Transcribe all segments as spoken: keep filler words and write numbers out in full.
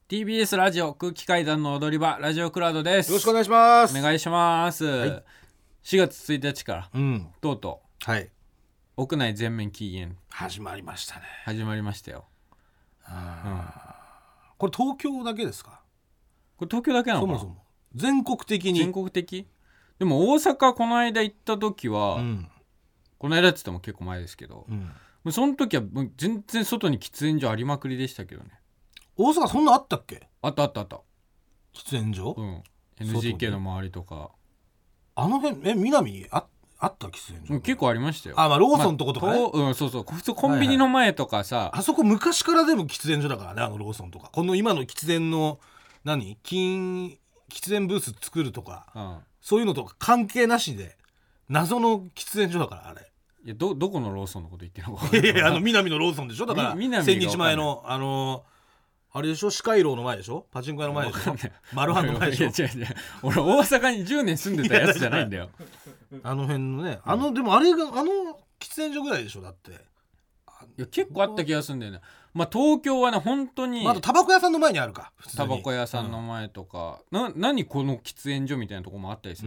ティービーエス ラジオ空気階段の踊り場、ラジオクラウドです。 よろしくお願いします。 お願いします、はい、しがつついたちから、うん、とうとう、はい、 屋内全面禁煙始まりましたね。 始まりましたよ。 あ、うん、これ東京だけですか？ これ東京だけなのかな？ そもそも全国的に。 全国的？でも大阪この間行った時は、うん、この間って言っても結構前ですけど、うん、その時は全然外に喫煙所ありまくりでしたけどね。 大阪そんなあったっけ？ あったあったあった。 喫煙所、 うん、エヌジーケー の周りとかあの辺、え、南に あ, あった喫煙所、 結構ありましたよ。 あ、まあローソンとことかね、まあ、 うん、そうそう、普通コンビニの前とかさ、はいはい、 あそこ昔からでも喫煙所だからね、あのローソンとか。この今の喫煙の何禁喫煙ブース作るとか、うん、そういうのとか関係なしで謎の喫煙所だから。あれ、 いや、 ど, どこのローソンのこと言ってるのか。 いやいや、あの南のローソンでしょ。だから千日前のあのあれでしょ、四回楼の前でしょ、パチンコ屋の前でしょ、マルハンの前でしょ。いや違う違う、俺大阪にじゅうねん住んでたやつじゃないんだよ。 あの辺のね、あの、でもあれがあの喫煙所ぐらいでしょ。だっていや結構あった気がするんだよね。まあ東京はね本当に、 まあ、あとタバコ屋さんの前にあるか、普通にタバコ屋さんの前とか、うん、な何この喫煙所みたいなとこもあったりする、うん、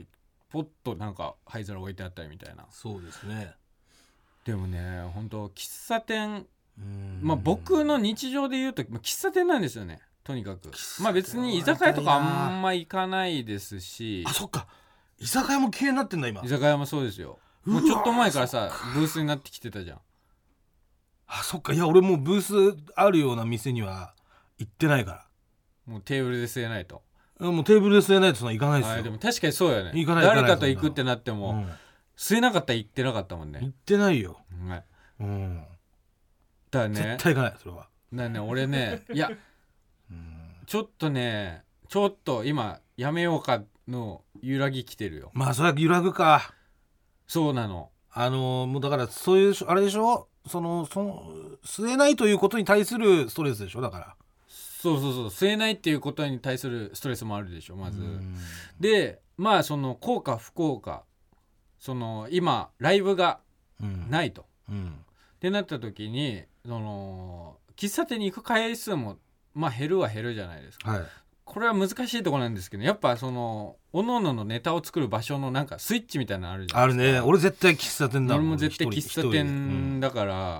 ポッとなんか灰皿置いてあったりみたいな。 そうですね。 でもね本当喫茶店、まあ、僕の日常で言うと喫茶店なんですよね、とにかく。まあ別に居酒屋とかあんま行かないですし。 あ、そっか、居酒屋も綺麗になってんだ今。 居酒屋もそうですよ。もうちょっと前からさブースになってきてたじゃん。 あ、そっか。いや俺もうブースあるような店には行ってないから。 もうテーブルで吸えないと。 もうテーブルで吸えないとそんな行かないですよ。 でも確かにそうよね。 行かない。 誰かと行くってなっても、うん、吸えなかったら行ってなかったもんね。 行ってないよ、 はい、 うん、 だからね、 絶対行かないそれは。だからね俺ねいや、うん、ちょっとねちょっと今やめようかの揺らぎ来てるよ。 まあそれは揺らぐか。 そうなの。 あのもうだからそういうあれでしょ、そのその吸えないということに対するストレスでしょ。だからそうそうそう、吸えないっていうことに対するストレスもあるでしょまず。でまあその効果不効果、その今ライブがないと、うんうん、ってなった時にその喫茶店に行く回数もまあ減るは減るじゃないですか、はい、これは難しいところなんですけど、やっぱその各々のネタを作る場所のなんかスイッチみたいなのあるじゃないですか。 あるね。俺絶対喫茶店だもん。 俺も絶対喫茶店だから、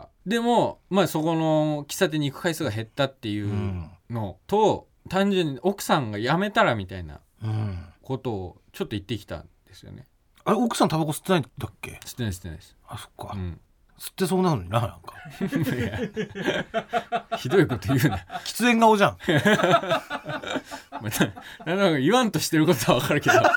うん、でもまあそこの喫茶店に行く回数が減ったっていうのと、うん、単純に奥さんが辞めたらみたいなことをちょっと言ってきたんですよね。 あれ、奥さんタバコ吸ってないんだっけ？ 吸ってない吸ってないです。 あ、そっか、うん、吸ってそうなのにな、なんかひどいこと言うな。 喫煙顔じゃんまあ、ななんか言わんとしてることは分かるけど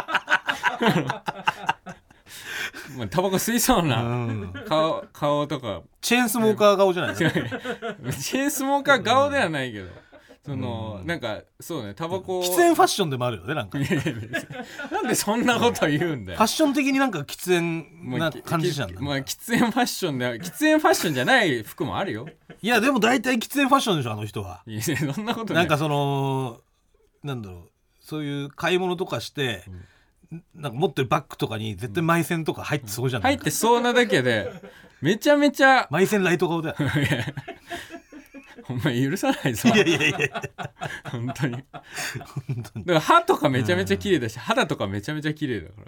まあ、タバコ吸いそうな、うん、顔, 顔とかチェーンスモーカー顔じゃないチェーンスモーカー顔ではないけど、その、うん、なんかそうね、タバコ喫煙ファッションでもあるよね、なんかなんでそんなこと言うんだよ。 ファッション的になんか喫煙な感じじゃん。 まあ、喫煙ファッションで喫煙ファッションじゃない服もあるよ。 いやでも大体喫煙ファッションでしょ、あの人は。 いやそんなことない。 なんかそのなんだろう、そういう買い物とかして、うん、なんか持ってるバッグとかに絶対マイセンとか入ってそうじゃない、 うん、入ってそうなだけでめちゃめちゃマイセンライト顔だよお前許さないぞ。 いやいやいや本当にだから歯とかめちゃめちゃ綺麗だし、うん、肌とかめちゃめちゃ綺麗だから、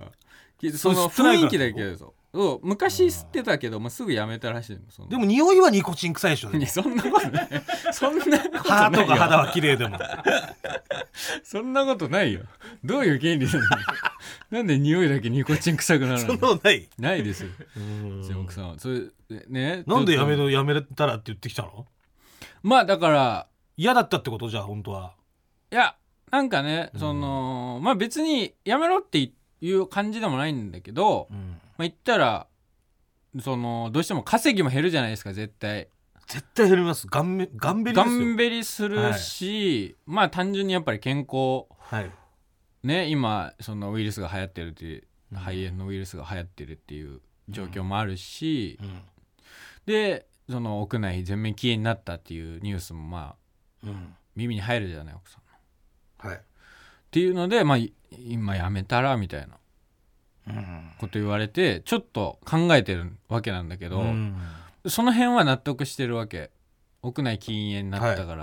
その雰囲気だけどそう昔吸ってたけど、もうすぐやめたらしいの。そのでも匂いはニコチン臭いでしょ。 いやそんなことないそんなことないよ。 歯とか肌は綺麗でもそんなことないよ。どういう原理なのなんで匂いだけニコチン臭くなるの？ そんなことないないですよ。奥さんそれね、 なんでやめろやめたらって言ってきたの？ まあだから嫌だったってこと？じゃあ本当は。 いやなんかね、うん、そのまあ別にやめろっていう感じでもないんだけど、うん、まあ言ったらそのどうしても稼ぎも減るじゃないですか。絶対絶対減ります。ガンベガンベリですよ。 ガンベリするし、はい、まあ単純にやっぱり健康、はい、ね、今そのウイルスが流行ってるっていう、うん、肺炎のウイルスが流行ってるっていう状況もあるし、うんうん、でその屋内全面禁煙になったっていうニュースもまあ、うん、耳に入るじゃない奥さんの、はい、っていうので、まあ、今やめたらみたいなこと言われてちょっと考えてるわけなんだけど、うん、その辺は納得してるわけ。屋内禁煙になったから、は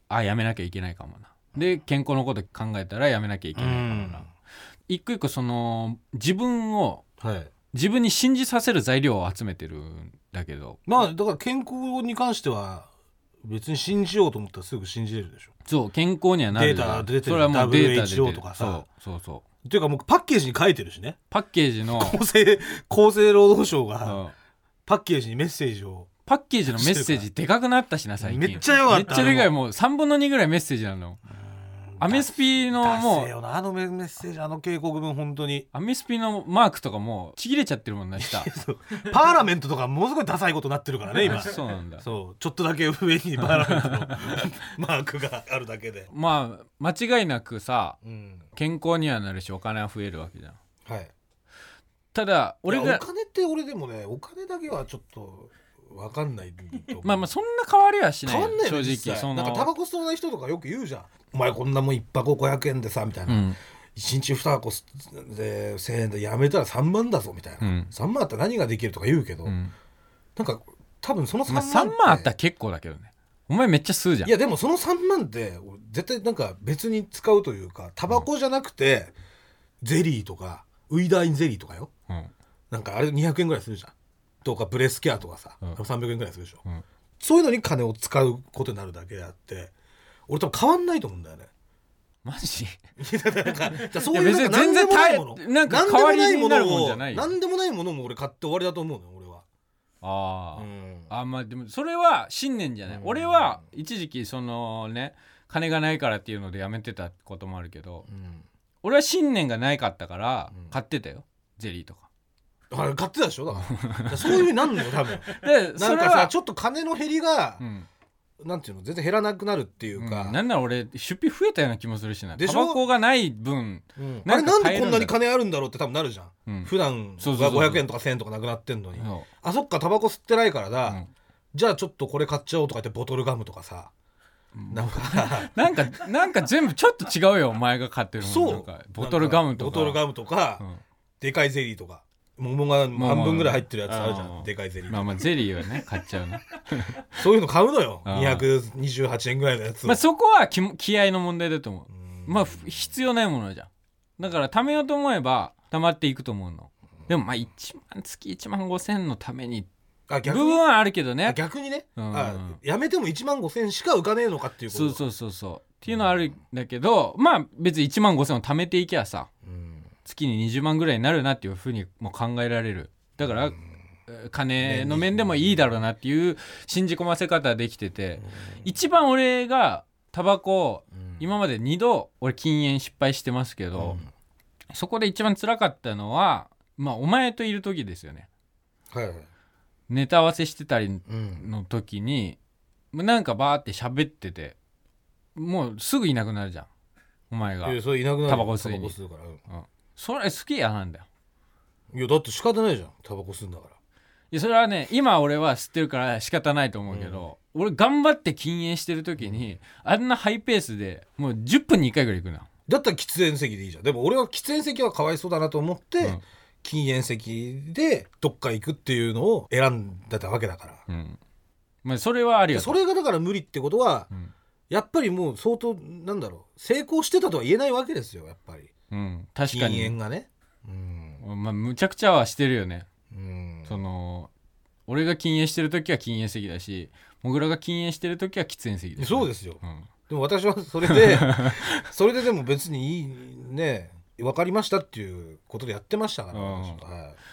あやめなきゃいけないかもなで健康のこと考えたらやめなきゃいけないかもな一個一個その自分を、はい、自分に信じさせる材料を集めてるんだけどまあだから健康に関しては別に信じようと思ったらすぐ信じれるでしょそう健康にはなるデータ出てるそれはもうデータダブリューエイチオー とかさそうそうそうっていうかもうパッケージに書いてるしねパッケージの厚生厚生労働省がパッケージにメッセージをパッケージのメッセージでかくなったしな最近めっちゃよかっためっちゃでかいもうさんぶんのにぐらいメッセージなのアメスピのもうよなあのメッセージあの警告文本当にアメスピのマークとかもうちぎれちゃってるもんな下パーラメントとかものすごいダサいことになってるからね今そうなんだそうちょっとだけ上にパーラメントのマークがあるだけでまあ間違いなくさ、うん、健康にはなるしお金は増えるわけじゃんはいただ俺がお金って俺でもねお金だけはちょっと分かんないまあまあそんな変わりはしない変わんないよ正直そのなんかタバコ吸わない人とかよく言うじゃんお前こんなもんいっ箱ごひゃくえんでさみたいな、うん、いちにちに箱でせんえんでやめたらさんまんだぞみたいな、うん、さんまんあったら何ができるとか言うけど、うん、なんか多分そのさんまんって、まあ、 さんまんあったら結構だけどねお前めっちゃ吸うじゃんいやでもそのさんまんって絶対なんか別に使うというかタバコじゃなくて、うん、ゼリーとかウイダーインゼリーとかよ、うん、なんかあれにひゃくえんぐらいするじゃんとかブレスケアとかさ、うん、さんびゃくえんぐらいするでしょ、うん、そういうのに金を使うことになるだけであって俺多分変わんないと思うんだよねマジなんかそういうなんか何でもないものなんか代わりになるもんじゃないよ何でもないものも俺買って終わりだと思うのよ俺はあ、うん、あまあでもそれは信念じゃない、うん、俺は一時期そのね金がないからっていうのでやめてたこともあるけど、うん、俺は信念がないかったから買ってたよ、うん、ゼリーとかあ買ってたでしょだからそういう風になんのよ多分でなんかさちょっと金の減りが、うん、なんていうの全然減らなくなるっていうか、 うん、なんなら俺出費増えたような気もするしなタバコがない分、 うん、あれなんでこんなに金あるんだろうって多分なるじゃん、うん、普段はごひゃくえんとかせんえんとかなくなってんのにあそっかタバコ吸ってないからだ、うん、じゃあちょっとこれ買っちゃおうとか言ってボトルガムとかさなんかなんかなんか全部ちょっと違うよお前が買ってるものとかボトルガムとかボトルガムとか、うん、でかいゼリーとか桃が半分ぐらい入ってるやつあるじゃん、まあまあ、でかいゼリーまあまあゼリーはね買っちゃうなそういうの買うのよにひゃくにじゅうはちえんぐらいのやつを、 まあ、そこは気、気合の問題だと思うまあ必要ないものじゃんだから貯めようと思えば貯まっていくと思うのでもまあいちまん月いちまんごせんのためにあ逆に部分はあるけどね逆にね、うん、あやめてもいちまんごせんしか浮かねえのかっていうことそうそうそうそうっていうのはあるんだけどまあ別にいちまんごせんを貯めていけばさ、うん月ににじゅうまんぐらいになるなっていうふうにも考えられるだから金の面でもいいだろうなっていう信じ込ませ方できてて一番俺がタバコ今までにど俺禁煙失敗してますけどそこで一番辛かったのはまあお前といる時ですよね、はいはい、ネタ合わせしてたりの時になんかバーって喋っててもうすぐいなくなるじゃんお前がタバコ吸いにそれ好きやなんだよいやだって仕方ないじゃんタバコ吸うんだからいやそれはね今俺は吸ってるから仕方ないと思うけど、うん、俺頑張って禁煙してる時に、うん、あんなハイペースでもうじゅっぷんにいっかいぐらい行くなだったら喫煙席でいいじゃんでも俺は喫煙席はかわいそうだなと思って、うん、禁煙席でどっか行くっていうのを選んでたわけだから、うんまあ、それはありよそれがだから無理ってことは、うん、やっぱりもう相当なんだろう成功してたとは言えないわけですよやっぱりうん、確かに禁煙がね、 うんまあ、むちゃくちゃはしてるよね、うん、その俺が禁煙してる時は禁煙席だしもぐらが禁煙してる時は喫煙席だし、 ね、そうですよ、うん、でも私はそれでそれででも別にいいね分かりましたっていうことでやってましたから、うんはい、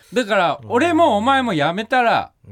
だから俺もお前もやめたら、うん、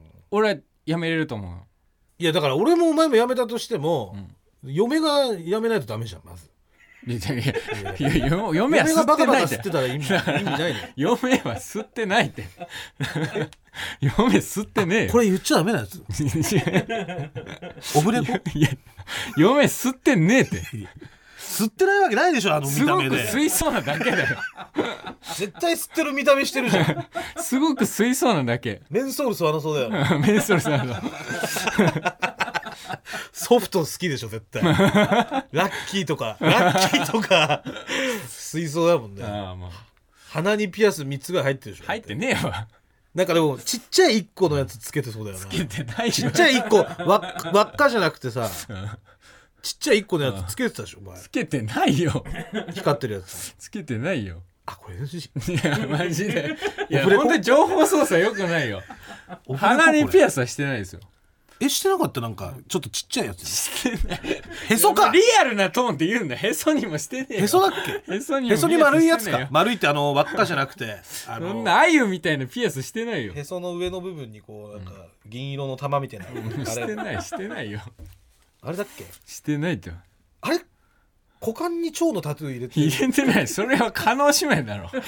俺はやめれると思ういやだから俺もお前もやめたとしても、うん、嫁がやめないとダメじゃんまずいやいやいや嫁は吸ってないって吸ってたら意味ないね嫁は吸ってないって嫁吸ってねえよこれ言っちゃダメなやつオフレコいや嫁吸ってねえって吸ってないわけないでしょあの見た目ですごく吸いそうなだけだよ絶対吸ってる見た目してるじゃんすごく吸いそうなだけメンソール吸わなそうだよメンソール吸わなそうソフト好きでしょ絶対ラッキーとかラッキーとか水槽だもんねあ、まあ、鼻にピアスみっつぐらい入ってるでしょ入ってねえわなんかでもちっちゃいいっこのやつつけてそうだよなつけてないよちっちゃいいっこ輪っかじゃなくてさちっちゃいいっこのやつつけてたでしょお前。 つけてないよ光ってるやつつけてないよ。 あこれ エヌジー いやマジでいや本当に情報操作よくないよ鼻にピアスはしてないですよ。 えしてなかった？なんかちょっとちっちゃいやつしてないへそか。 リアルなトーンって言うんだ。へそにもしてねえよ。 へそだっけ？ へそにもへそに丸いやつか。丸いってあの輪っかじゃなくてあのそんなあゆみたいなピアスしてないよ。 へその上の部分にこうなんか銀色の玉みたいな、 うん、してないしてないよ。 あれだっけ？ してないって。 あれ股間に蝶のタトゥー入れて入れてない。それは叶姉妹だろ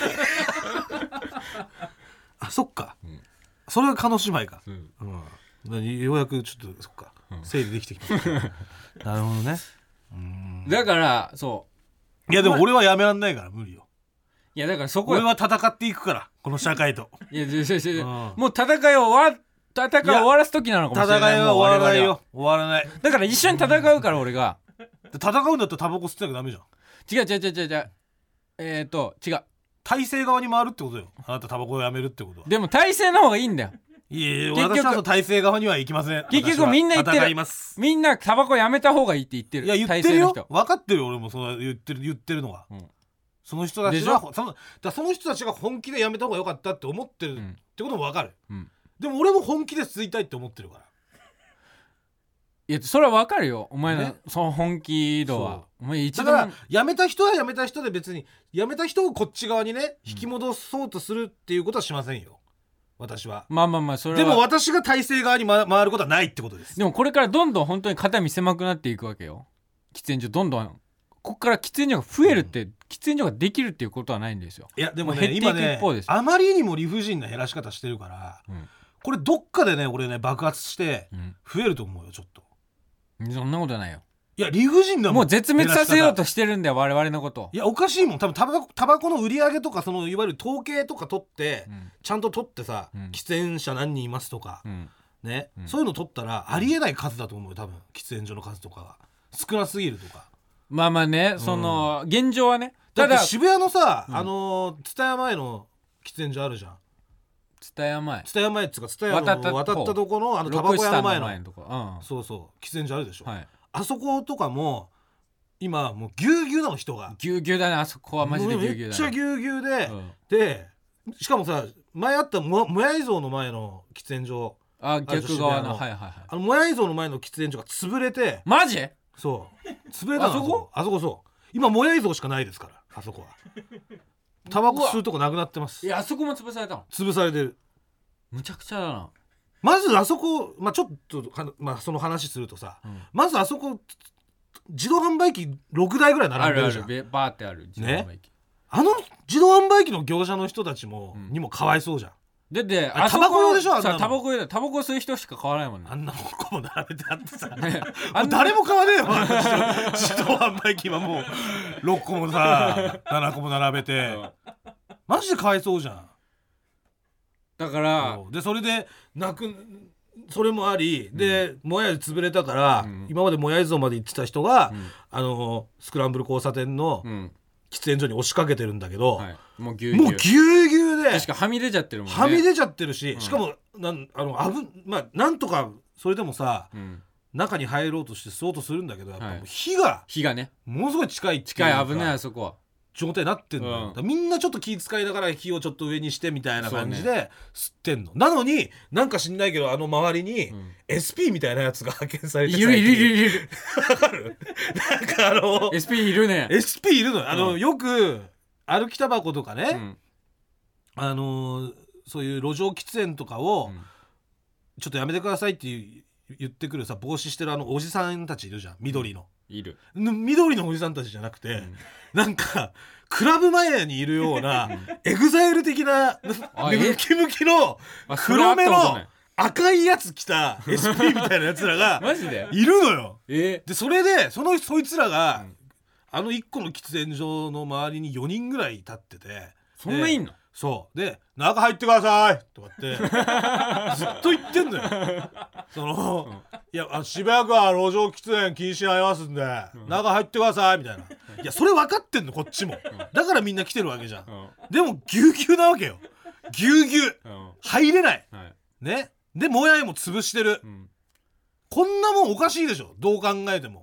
あそっか、うん、それが叶姉妹か、うんうん、ようやくちょっとそっか、うん、整理できてきましたなるほどね。うーんだからそういやでも俺はやめらんないから無理よ。 いやだからそこ俺は戦っていくからこの社会と。 いやいやいやいやもう戦いを終わ戦いを終わらす時なのかもしれない。 戦いは終わらないよ。終わらない。 だから一緒に戦うから俺が戦うんだったらタバコ吸ってなきゃダメじゃん。 違う違う違う違う違うえっ、ー、と違う体制側に回るってことよ。あなたタバコをやめるってことは。 でも体制の方がいいんだよ。 いやいや私は体制側には行きません。 結局みんな言ってる。みんなタバコやめた方がいいって言ってる。 いや言ってるよ。分かってるよ俺もその言ってる言ってるのは、うん、その人たちはそのだその人たちが本気でやめた方が良かったって思ってるってことも分かる、うん、でも俺も本気で吸いたいって思ってるから。 いやそれは分かるよお前の、ね、その本気度は。お前一度だから辞めた人は辞めた人で別に辞めた人をこっち側にね引き戻そうとするっていうことはしませんよ私は。 まあまあまあそれはでも私が体制側に、ま、回ることはないってことです。 でもこれからどんどん本当に肩身狭くなっていくわけよ喫煙所。どんどんここから喫煙所が増えるって、うん、喫煙所ができるっていうことはないんですよ。 いやでもね今ねあまりにも理不尽な減らし方してるから、うん、これどっかでね俺ね爆発して増えると思うよちょっと。 そんなことないよ。 いや理不尽だもん。 もう絶滅させようとしてるんだよ我々のこと。 いやおかしいもん。多分タバコ、タバコの売り上げとかそのいわゆる統計とか取って、うん、ちゃんと取ってさ、うん、喫煙者何人いますとか、うん、ね、うん、そういうの取ったらありえない数だと思うよ多分喫煙所の数とかが少なすぎるとか。 まあまあね、うん、その現状はね。 だって渋谷のさ、うん、あの蔦屋前の喫煙所あるじゃん。 蔦屋前蔦屋前っつうか蔦屋の渡った渡ったとこのあのタバコ屋の前の前のとこ、うん、 そうそう喫煙所あるでしょ、はい、あそことかも今もうぎゅうぎゅうなの人がぎゅうぎゅうだね。あそこはマジでぎゅうぎゅうだね。 めっちゃぎゅうぎゅうで、うん、でしかもさ前あったももやい像の前の喫煙所あ逆側のはいはいはい、 あのもやい像の前の喫煙所が潰れて。 マジ？ そう潰れたの。あそこあそこそう今もやい像しかないですからあそこはタバコ吸うとこなくなってます。 いやあそこも潰されたの？ 潰されてる。 むちゃくちゃだな。 まずあそこ、まあ、ちょっと、まあ、その話するとさ、うん、まずあそこ自動販売機ろくだいぐらい並んでるじゃん。 あるあるバーってある自動販売機、 ね、あの自動販売機の業者の人たちも、うん、にもかわいそうじゃん。 ででタバコ用でしょ。あんなのタバコ用タバコ吸う人しか買わないもんね。 あんなもんこも並べてあってさ、ね、もう誰も買わねえよ自動販売機はもうろっこもさななこも並べてマジでかわいそうじゃん。 だからでそれで泣くそれもあり、うん、でもやい潰れたから、うん、今までもやい像まで行ってた人が、うん、あのスクランブル交差点の喫煙所に押しかけてるんだけど、はい、もうぎゅうぎゅうもうぎゅうぎゅうで確かはみ出ちゃってるもんね。 はみ出ちゃってるし、うん、しかもなんあのあぶ、まあ、なんとかそれでもさ、うん、中に入ろうとして吸おうとするんだけどやっぱもう火が、はい、 火がねものすごい近いっていう近い危ないあそこは状態になってんのよ、うん、みんなちょっと気遣いながら火をちょっと上にしてみたいな感じで吸ってんの、ね、なのになんか知んないけどあの周りに エスピー みたいなやつが派遣されているいるいるいるわかるなんかあのエスピー いるねエスピー いるのよ。あの、うん、よく歩きタバコとかね、うん、あのそういう路上喫煙とかを、うん、ちょっとやめてくださいって言ってくるさ帽子してるあのおじさんたちいるじゃん緑の、 うん、いる緑のおじさんたちじゃなくて、うん、なんかクラブマヤにいるようなエグザイル的なムキムキの黒目の赤いやつ着た エスピー みたいなやつらがマジでいるのよ。 えー、 でそれでそのそいつらが、うん、あのいっこの喫煙所の周りによにんぐらい立ってて。 そんないんの？ そうで中入ってくださいとかってずっと言ってんのよその、うん、いやあ渋谷区は路上喫煙禁止になりますんで、うん、中入ってくださいみたいな。いやそれ分かってんのこっちも、うん、だからみんな来てるわけじゃん、うん、でもぎゅうぎゅうなわけよぎゅうぎゅう、うん、入れない、はい、ねでもやいも潰してる、うん、こんなもんおかしいでしょどう考えても。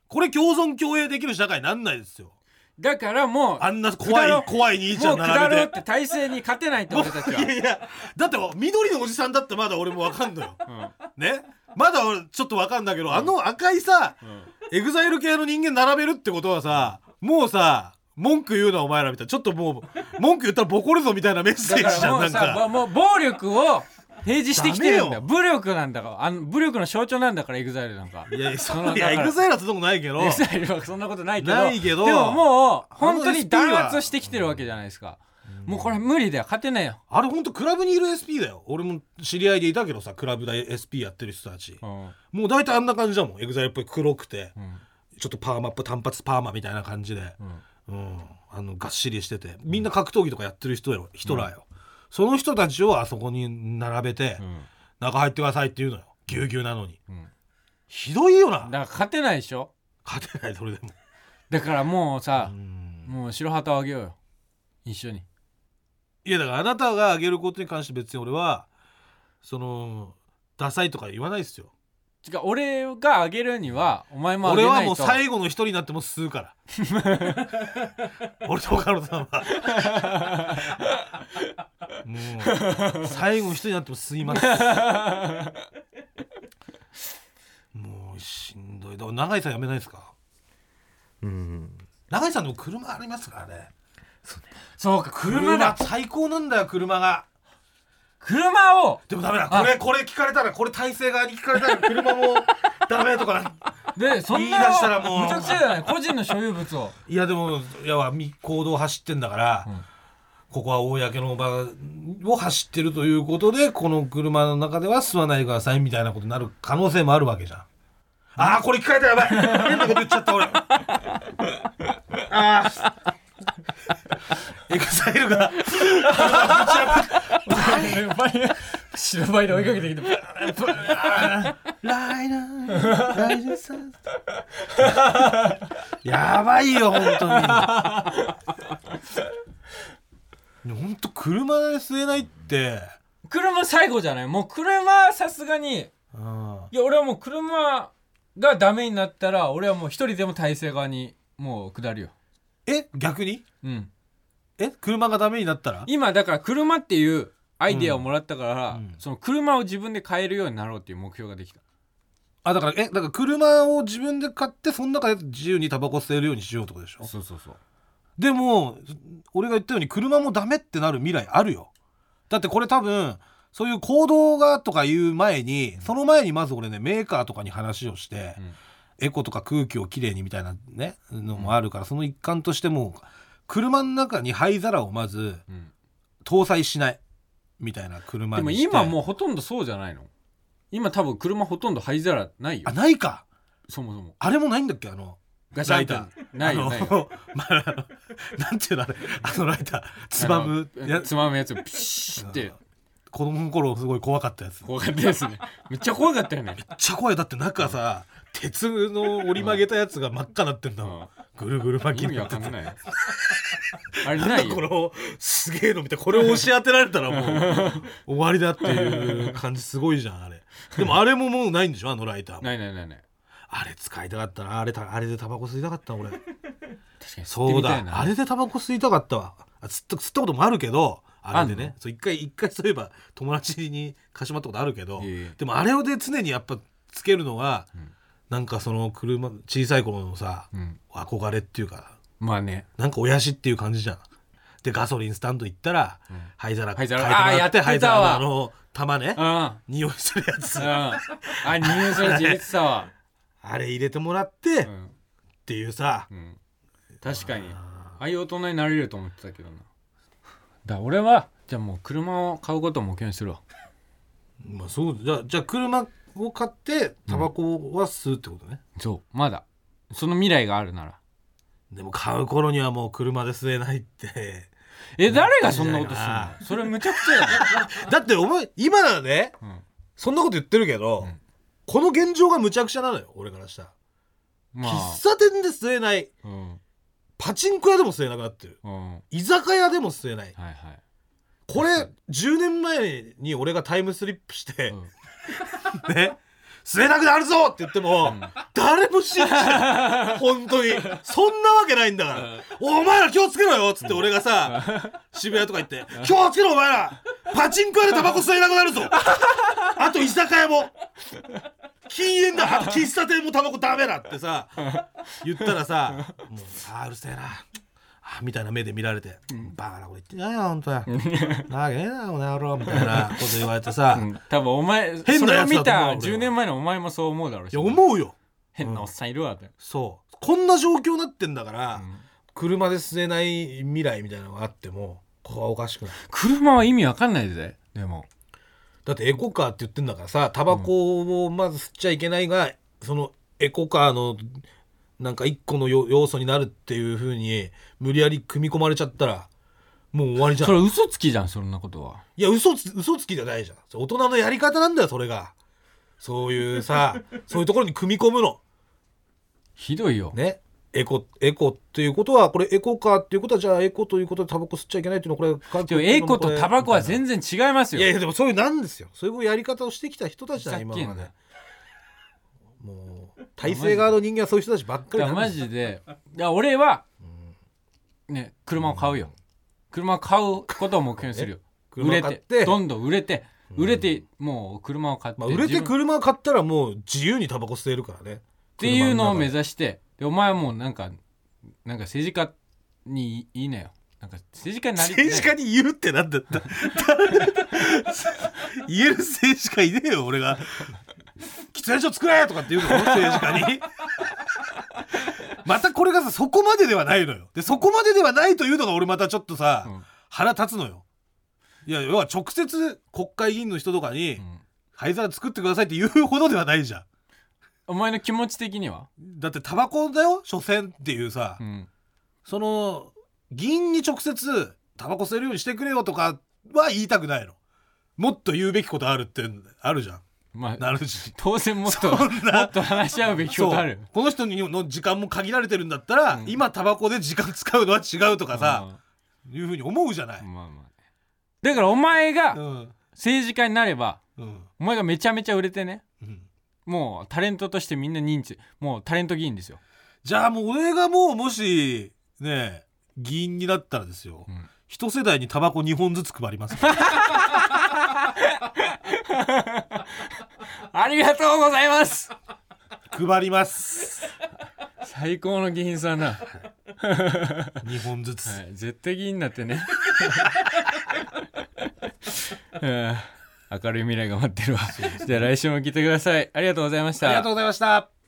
これ共存共栄できる社会なんないですよ。 だからもうあんな怖い怖い兄ちゃん並べてもう下ろうって体制に勝てないって俺たちは。 いやいやだって緑のおじさんだってまだ俺も分かんのよ、うん、ねまだ俺ちょっと分かんだけど、うん、あの赤いさ、うん、エグザイル系の人間並べるってことはさ、もうさ文句言うなお前らみたいな、ちょっともう文句言ったらボコるぞみたいなメッセージじゃん。なんかもう暴力を提示してきてるんだよ。武力なんだから、あの武力の象徴なんだからエグザイルなんか。 いやいやそいやエグザイルはそんなことないけど、 エグザイルはそんなことないけど、 ないけどでももう本当に弾圧してきてるわけじゃないですか。もうこれ無理だよ、勝てないよ。 あれ本当クラブにいる エスピー だよ。俺も知り合いでいたけどさ、クラブで エスピー やってる人たち、うん、もう大体あんな感じだもん。エグザイルっぽい黒くて、うん、ちょっとパーマップ単発パーマみたいな感じで、うんうん、あのがっしりしてて、みんな格闘技とかやってる人よ、人らよ、うん、その人たちをあそこに並べて、うん、中入ってくださいって言うのよ。ぎゅうぎゅうなのに、うん、ひどいよな。だから勝てないでしょ。 勝てない。それでもだからもうさ、うもう白旗をあげようよ一緒に。 いやだからあなたがあげることに関して別に俺はそのダサいとか言わないですよ。 違う、俺があげるにはお前もあげないと。 俺はもう最後の一人になっても吸うから俺と岡野さんはもう最後の一人になっても吸いますもうしんどい。だから永井さんやめないですか。うん、永井さんでも車ありますからね。 そうね、そうか、車だ。 車最高なんだよ、車が。 車をでもダメだ、これこれ聞かれたら、これ体制側に聞かれたら車もダメとかで、そんな言い出したらもうむちゃくちゃじゃない、個人の所有物を。 いやでもいや公道走ってんだから、うん、ここは公の場を走ってるということで、この車の中では吸わないでくださいみたいなことになる可能性もあるわけじゃん。あーこれ聞かれたらやばい変なこと言っちゃった俺あーエグザイルが白バイで追いかけてきてライナーライナーさんやばいよ本当に本当車で吸えないって。 車最後じゃない。もう車さすがに、あいや俺はもう車がダメになったら俺はもう一人でも体制側にもう下るよ。 え逆に？ うん。 え車がダメになったら？ 今だから車っていうアイデアをもらったから、うん、その車を自分で買えるようになろうっていう目標ができた。 あだからえだから車を自分で買ってその中で自由にタバコ吸えるようにしようってことでしょ。 そうそうそう。 でも俺が言ったように車もダメってなる未来あるよ。だってこれ多分そういう行動がとかいう前に、うん、その前にまず俺ねメーカーとかに話をして、うん、エコとか空気をきれいにみたいなねのもあるから、うん、その一環としても車の中に灰皿をまず搭載しないみたいな車にして。 でも今もうほとんどそうじゃないの。今多分車ほとんど灰皿ないよ。 あないか。 そもそもあれもないんだっけ、あのガシャンってないよないよまあ、あのなんていうのあれあのライターつまむやつまむやつピシッって子供の頃すごい怖かったやつ。 怖かったですね。めっちゃ怖かったよね。 めっちゃ怖い。だって中さ、うん、鉄の折り曲げたやつが真っ赤なってんだもん、うん、ぐるぐる巻きになっててあれないよ。このすげえの見てこれを押し当てられたらもう終わりだっていう感じすごいじゃんあれ。でもあれももうないんでしょあのライターも。 ないないないない。 あれ使いたかったな。あれあれでタバコ吸いたかった俺。 確かにそうだあれでタバコ吸いたかったわ。吸った吸ったこともあるけどあれでね、そう一回一回そういえば友達に貸しまったことあるけど、でもあれをで常にやっぱつけるのは、うん、なんかその車小さい頃のさ、うん、憧れっていうか、 まあね、 なんか親父っていう感じじゃん。でガソリンスタンド行ったら、うん、灰皿灰皿あやってたわ。 灰皿のあの玉ね、 うん、 匂いするやつ、うん、 あ匂いするやつ入れてたわあれ入れてもらって、うん、っていうさ、うん、 確かにああいう大人になれると思ってたけどな。だ俺はじゃあもう車を買うことを目標にするわ。 まあそうじゃあじゃあ車を買ってタバコは吸うってことね、 うん、そうまだその未来があるなら。 でも買う頃にはもう車で吸えないってえ誰がそんなことするの。それむちゃくちゃやだってお前今ならね、うん、そんなこと言ってるけど、うん、この現状がむちゃくちゃなのよ俺からしたら、まあ、喫茶店で吸えない、うん、パチンコ屋でも吸えなくなってる、うん、居酒屋でも吸えない、はいはい、これじゅうねんまえに俺がタイムスリップして、うん、ね吸えなくなるぞって言っても、うん、誰も信じない本当にそんなわけないんだから、うん、お前ら気をつけろよっつって俺がさ、うん、渋谷とか行って気をつけろお前らパチンコ屋でタバコ吸えなくなるぞあと居酒屋も禁煙だ、あと喫茶店もタバコダメだってさ言ったらさ、もうあーうるせえなみたいな目で見られて、うん、バカなこと言ってんじゃないよ本当やなわけねえなこの野郎みたいなこと言われてさ、うん、 多分お前変なやつだと思う。それを見たじゅうねんまえのお前もそう思うだろうし。 いや思うよ、 変なおっさんいるわって、うん、 そうこんな状況になってんだから、うん、車で吸えない未来みたいなのがあってもここはおかしくない。 車は意味わかんないで。でもだってエコカーって言ってんだからさ、タバコをまず吸っちゃいけないが、うん、そのエコカーのなんか一個の要素になるっていう風に無理やり組み込まれちゃったらもう終わりじゃん。 それ嘘つきじゃんそんなことは。 いや嘘つ嘘つきじゃないじゃん。大人のやり方なんだよそれが。そういうさそういうところに組み込むのひどいよね。エコエコっていうことはこれエコカーっていうことはじゃあエコということでタバコ吸っちゃいけないっていうのはこれでもエコとタバコは全然違いますよ。 いやいやでもそういうなんですよ。そういうやり方をしてきた人たちだ今まで。もう体制側の人間はそういう人たちばっかりなんですよ。 マジでいや俺は、うん、ね車を買うよ、うん、車を買うことを目標にするよ売れてどんどん売れて売れて、うん、もう車を買って、 まあ、売れて車を買ったらもう自由にタバコ吸えるからねっていうのを目指して、でお前はもうなんかなんか政治家にいいなよ。なんか政治家になり政治家に言うってなんだった言える政治家いねえよ俺が喫煙所作れとかって言うの政治家にまたこれがさそこまでではないのよ。でそこまでではないというのが俺またちょっとさ、うん、腹立つのよ。いや要は直接国会議員の人とかに、うん、灰皿作ってくださいって言うほどではないじゃん。 お前の気持ち的にはだってタバコだよ所詮っていうさ、うん、その議員に直接タバコ吸えるようにしてくれよとかは言いたくないの。もっと言うべきことあるってあるじゃん。まあ、なるし当然もっともっと話し合うべきことある。 この人の時間も限られてるんだったら、うん、今タバコで時間使うのは違うとかさ、うん、いうふうに思うじゃない、まあまあ、 だからお前が政治家になれば、うん、お前がめちゃめちゃ売れてね、うん、もうタレントとしてみんな認知もうタレント議員ですよ。 じゃあもう俺がもうもしね議員になったらですよ、うん、一世代にタバコにほんずつ配りますありがとうございます。 配ります最高の議員さんなにほんずつ、 はい、絶対議員になってね明るい未来が待ってるわ。じゃあ来週も来てください。ありがとうございました。 ありがとうございました。